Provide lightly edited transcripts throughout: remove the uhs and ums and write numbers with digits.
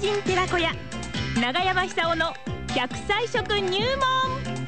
人寺子屋長山久夫の100歳食入門。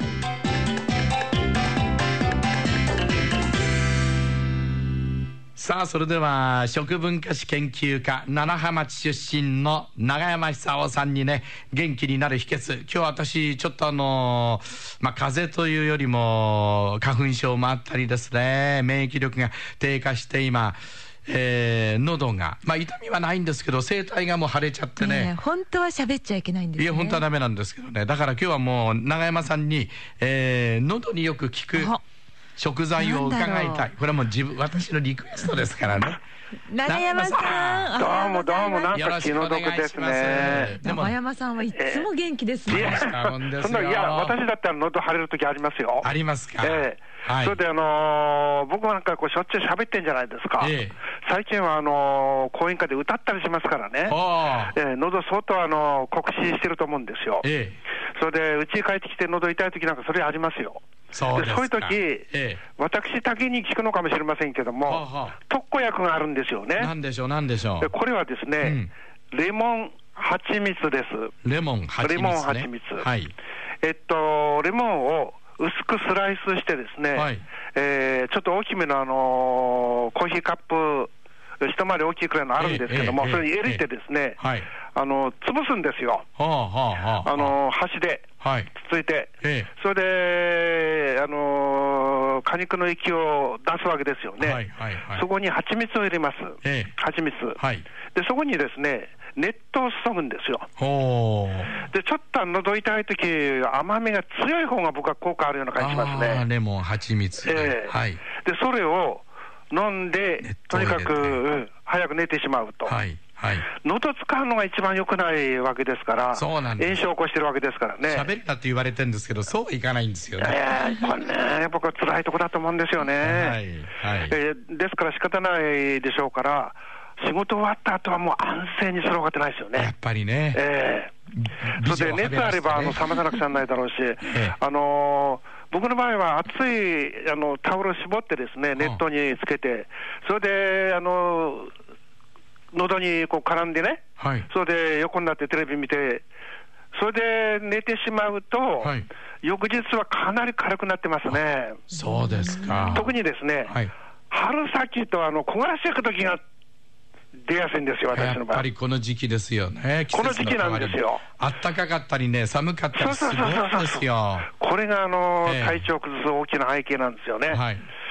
さあ、それでは食文化史研究家七葉町出身の長山久夫さんにね、元気になる秘訣。今日私ちょっと風邪というよりも花粉症もあったりですね、免疫力が低下して今喉が、痛みはないんですけど声帯がもう腫れちゃってね、 本当は喋っちゃいけないんですね。 いや本当はダメなんですけどね。だから今日はもう長山さんに、喉によく効く食材を伺いたい。これはもう私のリクエストですからね。 長山さん、 どうもなんか気の毒ですね。 長山さんはいつも元気ですね。 いや私だったら喉腫れる時ありますよ。 ありますか。 はい、それで僕なんかしょっちゅう喋ってんじゃないですか。最近は講演会で歌ったりしますからね。喉相当酷使してると思うんですよ。それで家に帰ってきて喉痛い時なんかそれありますよ。そういう時、私だけに効くのかもしれませんけども、特効薬があるんですよね。 なんでしょう。 これはですね、レモン蜂蜜です。 レモン蜂蜜。はい。 レモンを薄くスライスしてですね、ちょっと大きめのコーヒーカップ一回り大きいくらいのあるんですけども、それに入れてですね、潰すんですよ。箸でつついて、それで果肉の液を出すわけですよね。そこに蜂蜜を入れます。蜂蜜で、そこにですね熱湯を注ぐんですよ。でちょっと喉痛いとき甘みが強い方が僕は効果あるような感じしますね。 レモン蜂蜜、 でそれを飲んでとにかく早く寝てしまうと、喉使うのが一番良くないわけですから、炎症を起こしてるわけですからね。 喋るなって言われてるんですけど、そうはいかないんですよね。 これね、僕は辛いとこだと思うんですよね。ですから仕方ないでしょうから、仕事終わった後はもう安静にする方がってないですよね。 やっぱりね。 それで熱あれば冷まさなくちゃならないだろうし、僕の場合は熱いタオルを絞ってですね、熱湯につけて、それで喉にこう絡んでね、それで横になってテレビ見て、それで寝てしまうと、翌日はかなり軽くなってますね。 そうですか。 特にですね、春先と木枯らしが吹く時が出やすいんですよ、私の場合。 やっぱりこの時期ですよね。 この時期なんですよ。 暖かかったりね、寒かったりすごいですよ。 これが体調を崩す大きな背景なんですよね。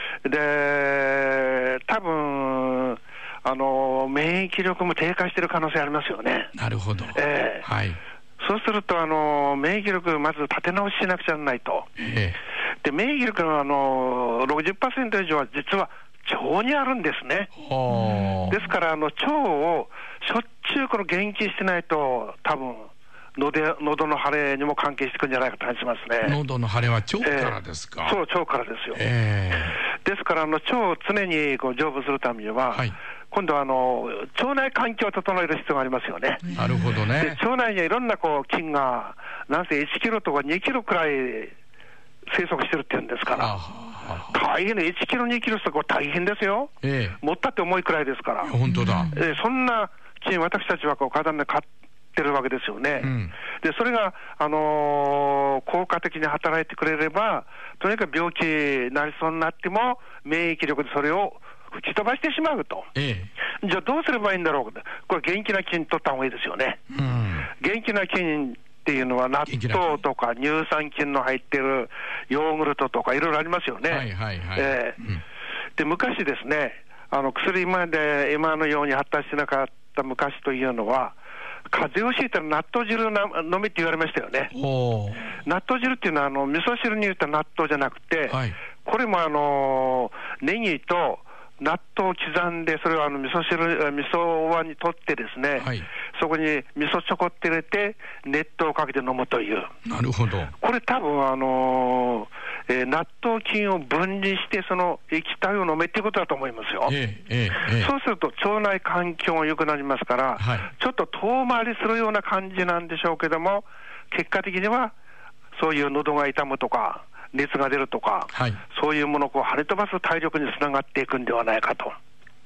で、多分免疫力も低下している可能性ありますよね。 なるほど。 そうすると免疫力まず立て直ししなくちゃならないと。で、免疫力の60% 以上は実は腸にあるんですね。ですから腸をしょっちゅう元気してないと、多分喉の腫れにも関係してくるんじゃないかと感じますね。 喉の腫れは腸からですか。 そう、腸からですよ。ですから腸を常に丈夫するためには、今度は腸内環境を整える必要がありますよね。 なるほどね。 で、腸内にはいろんな菌がなんせ1キロとか2キロくらい生息してるっていうんですから、大変1キロ2キロとか大変ですよ。持ったって重いくらいですから。 本当だ。 そんな菌私たちは体で飼ってるわけですよね。でそれが効果的に働いてくれれば、とにかく病気になりそうになっても免疫力でそれを吹き飛ばしてしまうと。じゃあどうすればいいんだろうか。これ元気な菌取った方がいいですよね。元気な菌っていうのは納豆とか乳酸菌の入ってるヨーグルトとかいろいろありますよね。で昔ですね、薬今のように発達してなかった昔というのは、風邪をひいたら納豆汁飲みって言われましたよね。納豆汁っていうのは味噌汁に入れた納豆じゃなくて、これもネギと納豆を刻んで、それを味噌碗に取ってですね、そこに味噌ちょこって入れて熱湯をかけて飲むという。 なるほど。 これ多分納豆菌を分離してその液体を飲めっていうことだと思いますよ。そうすると腸内環境が良くなりますから、ちょっと遠回りするような感じなんでしょうけども、結果的にはそういう喉が痛むとか熱が出るとか、そういうものを跳ね飛ばす体力につながっていくんではないかと。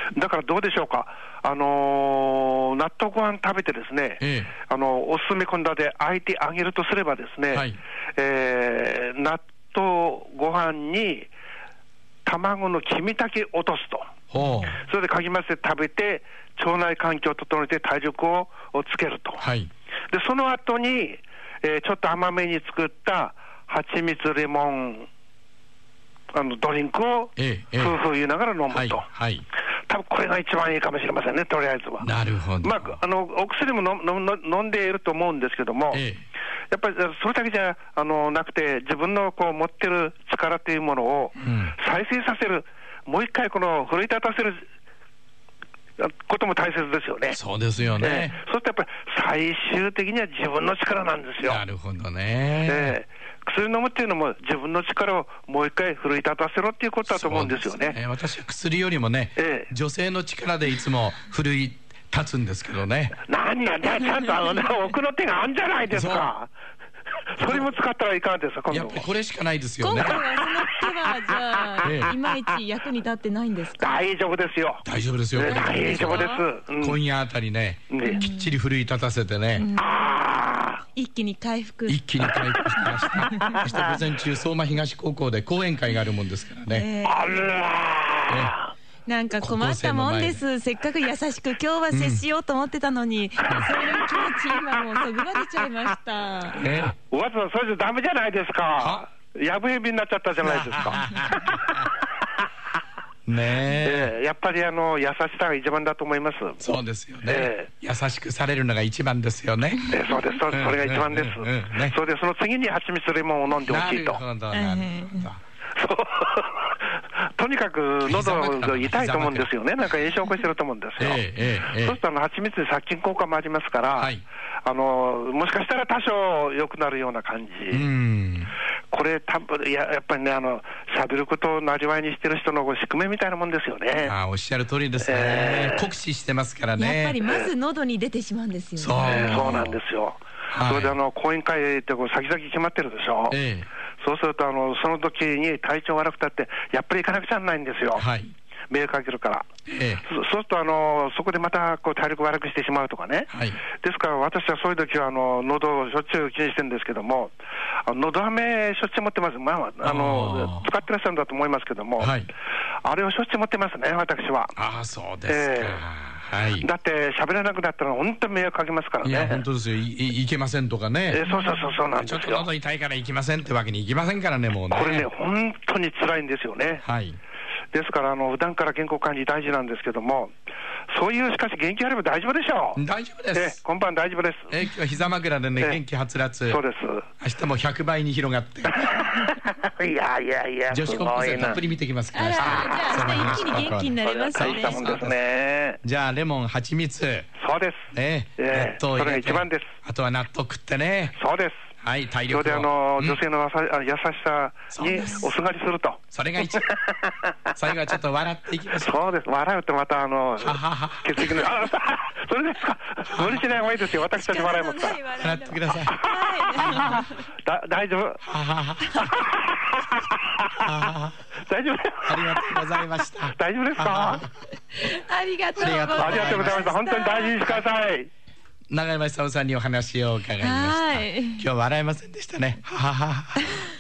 だからどうでしょうか、納豆ご飯食べてですね、おすすめ献立あえてあげるとすればですね、 はい、 納豆ご飯に卵の黄身だけ落とすと、それでかき混ぜて食べて腸内環境を整えて体力をつけると、 はい、 でその後に、ちょっと甘めに作った蜂蜜レモンドリンクを夫婦言いながら飲むと、 はいはい、 多分これが一番いいかもしれませんね、とりあえずは。 なるほど。 まあ、お薬も飲んでいると思うんですけども、やっぱりそれだけじゃなくて、自分のこう持ってる力というものを再生させる、もう一回この奮い立たせることも大切ですよね。 そうですよね。 そうするとやっぱり最終的には自分の力なんですよ。 なるほどね。 薬飲むっていうのも自分の力をもう一回奮い立たせろっていうことだと思うんですよね。 私は薬よりもね、女性の力でいつも奮い立つんですけどね。 何やね、ちゃんと奥の手があるんじゃないですか。それも使ったらいかがですか、今度は。 やっぱりこれしかないですよね。 今回はその手はじゃあ、いまいち役に立ってないんですか。 大丈夫ですよ。 大丈夫ですよ。 大丈夫です。 今夜あたりね、きっちり奮い立たせてね。 一気に回復してました。そして午前中相馬東高校で講演会があるもんですからね。 あらなんか困ったもんです。せっかく優しく今日は接しようと思ってたのに、そういう気持ち今もうそぐられちゃいました。 おばあさん、それじゃダメじゃないですか。やぶへびになっちゃったじゃないですか。やっぱり優しさが一番だと思います。 そうですよね。優しくされるのが一番ですよね。 そうです。それが一番です。それでその次に蜂蜜レモンを飲んでほしいと。とにかく喉が痛いと思うんですよね。なんか炎症を起こしてると思うんですよ。そうすると蜂蜜に殺菌効果もありますから、もしかしたら多少良くなるような感じ。これ多分やっぱりね、喋ることをなりわいにしてる人の宿命みたいなもんですよね。 おっしゃる通りですね。酷使してますからね。 やっぱりまず喉に出てしまうんですよね。 そうなんですよ。それで講演会って先々決まってるでしょ。そうするとその時に体調悪くたってやっぱり行かなくちゃならないんですよ。迷惑かけるから、そうするとそこでまた体力悪くしてしまうとかね、ですから私はそういう時は喉をしょっちゅう気にしてるんですけども、喉飴しょっちゅう持ってます。使ってらっしゃるんだと思いますけども、あれをしょっちゅう持ってますね、私は。 そうですか。 だって喋らなくなったら本当に迷惑かけますからね。 いや本当ですよ。いけませんとかね。 そうなんですよ。 ちょっと喉痛いから行きませんってわけにいきませんからね、もうね。 これね、本当に辛いんですよね。ですから普段から健康管理大事なんですけども、そういうしかし元気あれば大丈夫でしょう。 大丈夫です。 今晩大丈夫です。 今日は膝枕でね、元気はつらつ。 そうです。 明日も100倍に広がって。 いや女子高校生たっぷり見てきますから。 じゃあ一気に元気になりますね。 大したもんですね。 じゃあレモン蜂蜜。 そうです。 納豆それが一番です。 あとは納豆食ってね。 そうです。 体力を。 今日で女性の優しさにおすがりすると。 それが一番。最後はちょっと笑っていきましょう。 そうです。笑うとまた血液のそれですか。無理しない方がいいですよ。私たち笑いますから。 笑ってください。 大丈夫。大丈夫。 ありがとうございました。 大丈夫ですか。 ありがとうございました。本当に大事にしてください。 永山久夫さんにお話を伺いました。今日は笑えませんでしたね。